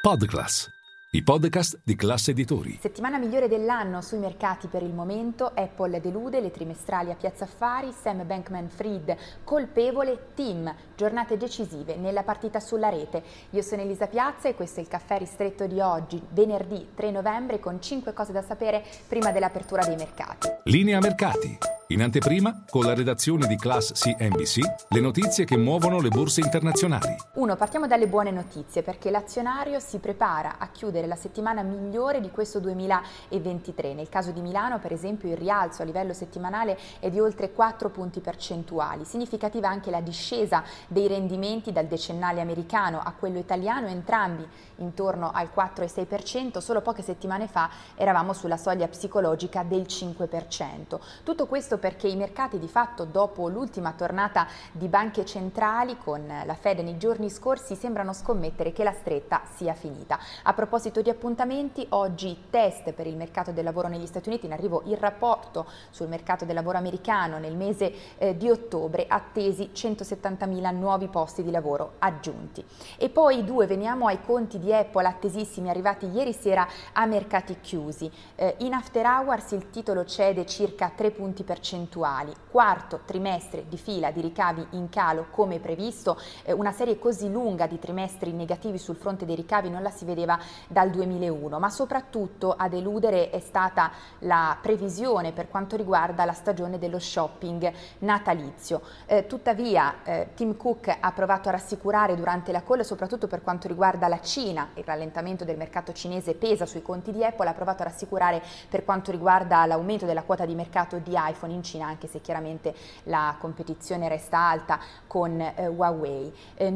Podclass, i podcast di Class Editori. Settimana migliore dell'anno sui mercati per il momento. Apple delude, le trimestrali a Piazza Affari, Sam Bankman-Fried colpevole, Tim, giornate decisive nella partita sulla rete. Io sono Elisa Piazza e questo è il caffè ristretto di oggi, venerdì 3 novembre, con 5 cose da sapere prima dell'apertura dei mercati. Linea mercati. In anteprima, con la redazione di Class CNBC, le notizie che muovono le borse internazionali. Partiamo dalle buone notizie, perché l'azionario si prepara a chiudere la settimana migliore di questo 2023. Nel caso di Milano, per esempio, il rialzo a livello settimanale è di oltre 4 punti percentuali. Significativa anche la discesa dei rendimenti dal decennale americano a quello italiano, entrambi intorno al 4,6%. Solo poche settimane fa eravamo sulla soglia psicologica del 5%. Tutto questo perché i mercati di fatto, dopo l'ultima tornata di banche centrali con la Fed nei giorni scorsi, sembrano scommettere che la stretta sia finita. A proposito di appuntamenti, oggi test per il mercato del lavoro negli Stati Uniti, in arrivo il rapporto sul mercato del lavoro americano nel mese di ottobre, attesi 170.000 nuovi posti di lavoro aggiunti. E poi veniamo ai conti di Apple, attesissimi, arrivati ieri sera a mercati chiusi. In after hours il titolo cede circa 3 punti percentuali, quarto trimestre di fila di ricavi in calo come previsto, una serie così lunga di trimestri negativi sul fronte dei ricavi non la si vedeva dal 2001, ma soprattutto a deludere è stata la previsione per quanto riguarda la stagione dello shopping natalizio. Tuttavia Tim Cook ha provato a rassicurare durante la call, soprattutto per quanto riguarda la Cina. Il rallentamento del mercato cinese pesa sui conti di Apple. Ha provato a rassicurare per quanto riguarda l'aumento della quota di mercato di iPhone in Cina, anche se chiaramente la competizione resta alta con Huawei.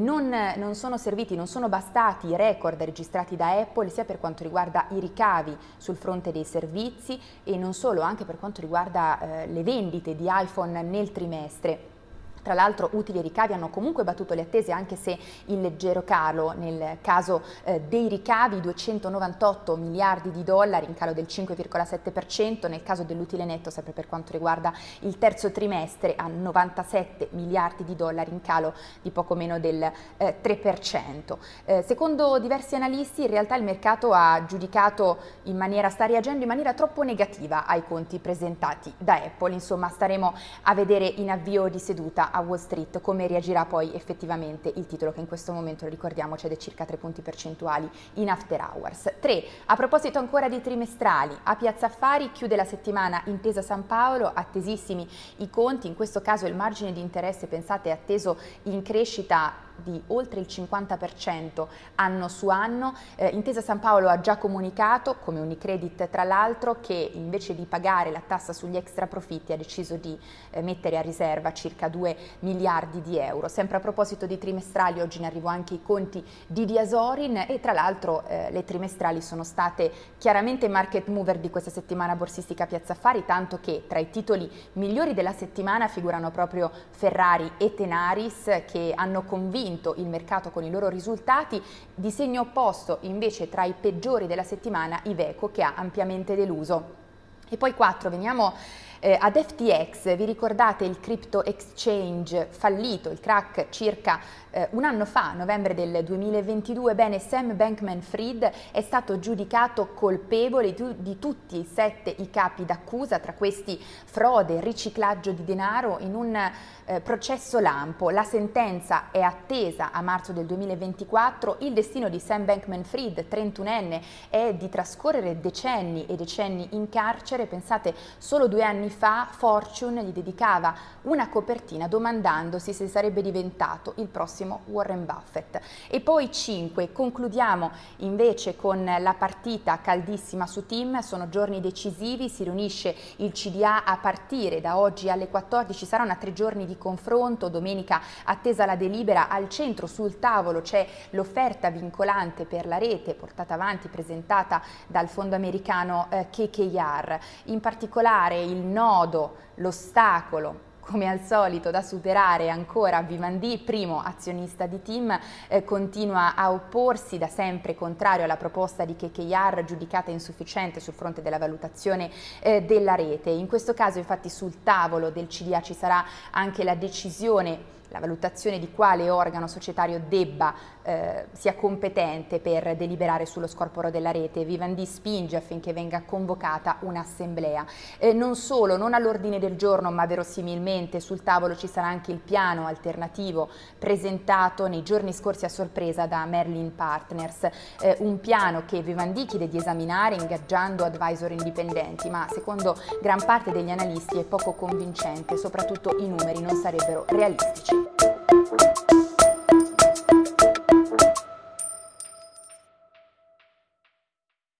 Non sono bastati i record registrati da Apple sia per quanto riguarda i ricavi sul fronte dei servizi e non solo, anche per quanto riguarda le vendite di iPhone nel trimestre. Tra l'altro utili e ricavi hanno comunque battuto le attese, anche se in leggero calo. Nel caso dei ricavi 298 miliardi di dollari, in calo del 5,7%, nel caso dell'utile netto, sempre per quanto riguarda il terzo trimestre, a 97 miliardi di dollari, in calo di poco meno del 3%. Secondo diversi analisti, in realtà il mercato ha giudicato sta reagendo in maniera troppo negativa ai conti presentati da Apple. Insomma, staremo a vedere in avvio di seduta a Wall Street come reagirà poi effettivamente il titolo, che in questo momento, lo ricordiamo, cede circa 3 punti percentuali in after hours. 3. A proposito ancora di trimestrali, a Piazza Affari chiude la settimana Intesa San Paolo, attesissimi i conti. In questo caso il margine di interesse, pensate, è atteso in crescita di oltre il 50% anno su anno. Intesa San Paolo ha già comunicato, come Unicredit tra l'altro, che invece di pagare la tassa sugli extra profitti ha deciso di mettere a riserva circa 2 miliardi di euro. Sempre a proposito di trimestrali, oggi in arrivo anche i conti di Diasorin e tra l'altro le trimestrali sono state chiaramente market mover di questa settimana borsistica a Piazza Affari, tanto che tra i titoli migliori della settimana figurano proprio Ferrari e Tenaris, che hanno convinto il mercato con i loro risultati. Di segno opposto invece tra i peggiori della settimana Iveco, che ha ampiamente deluso. E poi 4, veniamo ad FTX. Vi ricordate il crypto exchange fallito, il crack circa un anno fa, novembre del 2022? Bene, Sam Bankman-Fried è stato giudicato colpevole di tutti e 7 i capi d'accusa, tra questi frode, riciclaggio di denaro, in un processo lampo. La sentenza è attesa a marzo del 2024. Il destino di Sam Bankman-Fried, 31enne, è di trascorrere decenni e decenni in carcere. Pensate, solo 2 anni fa Fortune gli dedicava una copertina domandandosi se sarebbe diventato il prossimo Warren Buffett. E poi 5, concludiamo invece con la partita caldissima su Tim. Sono giorni decisivi, si riunisce il CDA a partire da oggi alle 14, saranno 3 giorni di confronto. Domenica attesa la delibera, al centro sul tavolo c'è l'offerta vincolante per la rete portata avanti, presentata dal fondo americano KKR. In particolare il nodo, l'ostacolo come al solito da superare ancora Vivendi, primo azionista di Tim, continua a opporsi, da sempre contrario alla proposta di KKR, giudicata insufficiente sul fronte della valutazione della rete. In questo caso infatti sul tavolo del CDA ci sarà anche la decisione la valutazione di quale organo societario sia competente per deliberare sullo scorporo della rete. Vivendi spinge affinché venga convocata un'assemblea. Non solo, non all'ordine del giorno, ma verosimilmente sul tavolo ci sarà anche il piano alternativo presentato nei giorni scorsi a sorpresa da Merlin Partners, un piano che Vivendi chiede di esaminare ingaggiando advisor indipendenti, ma secondo gran parte degli analisti è poco convincente, soprattutto i numeri non sarebbero realistici.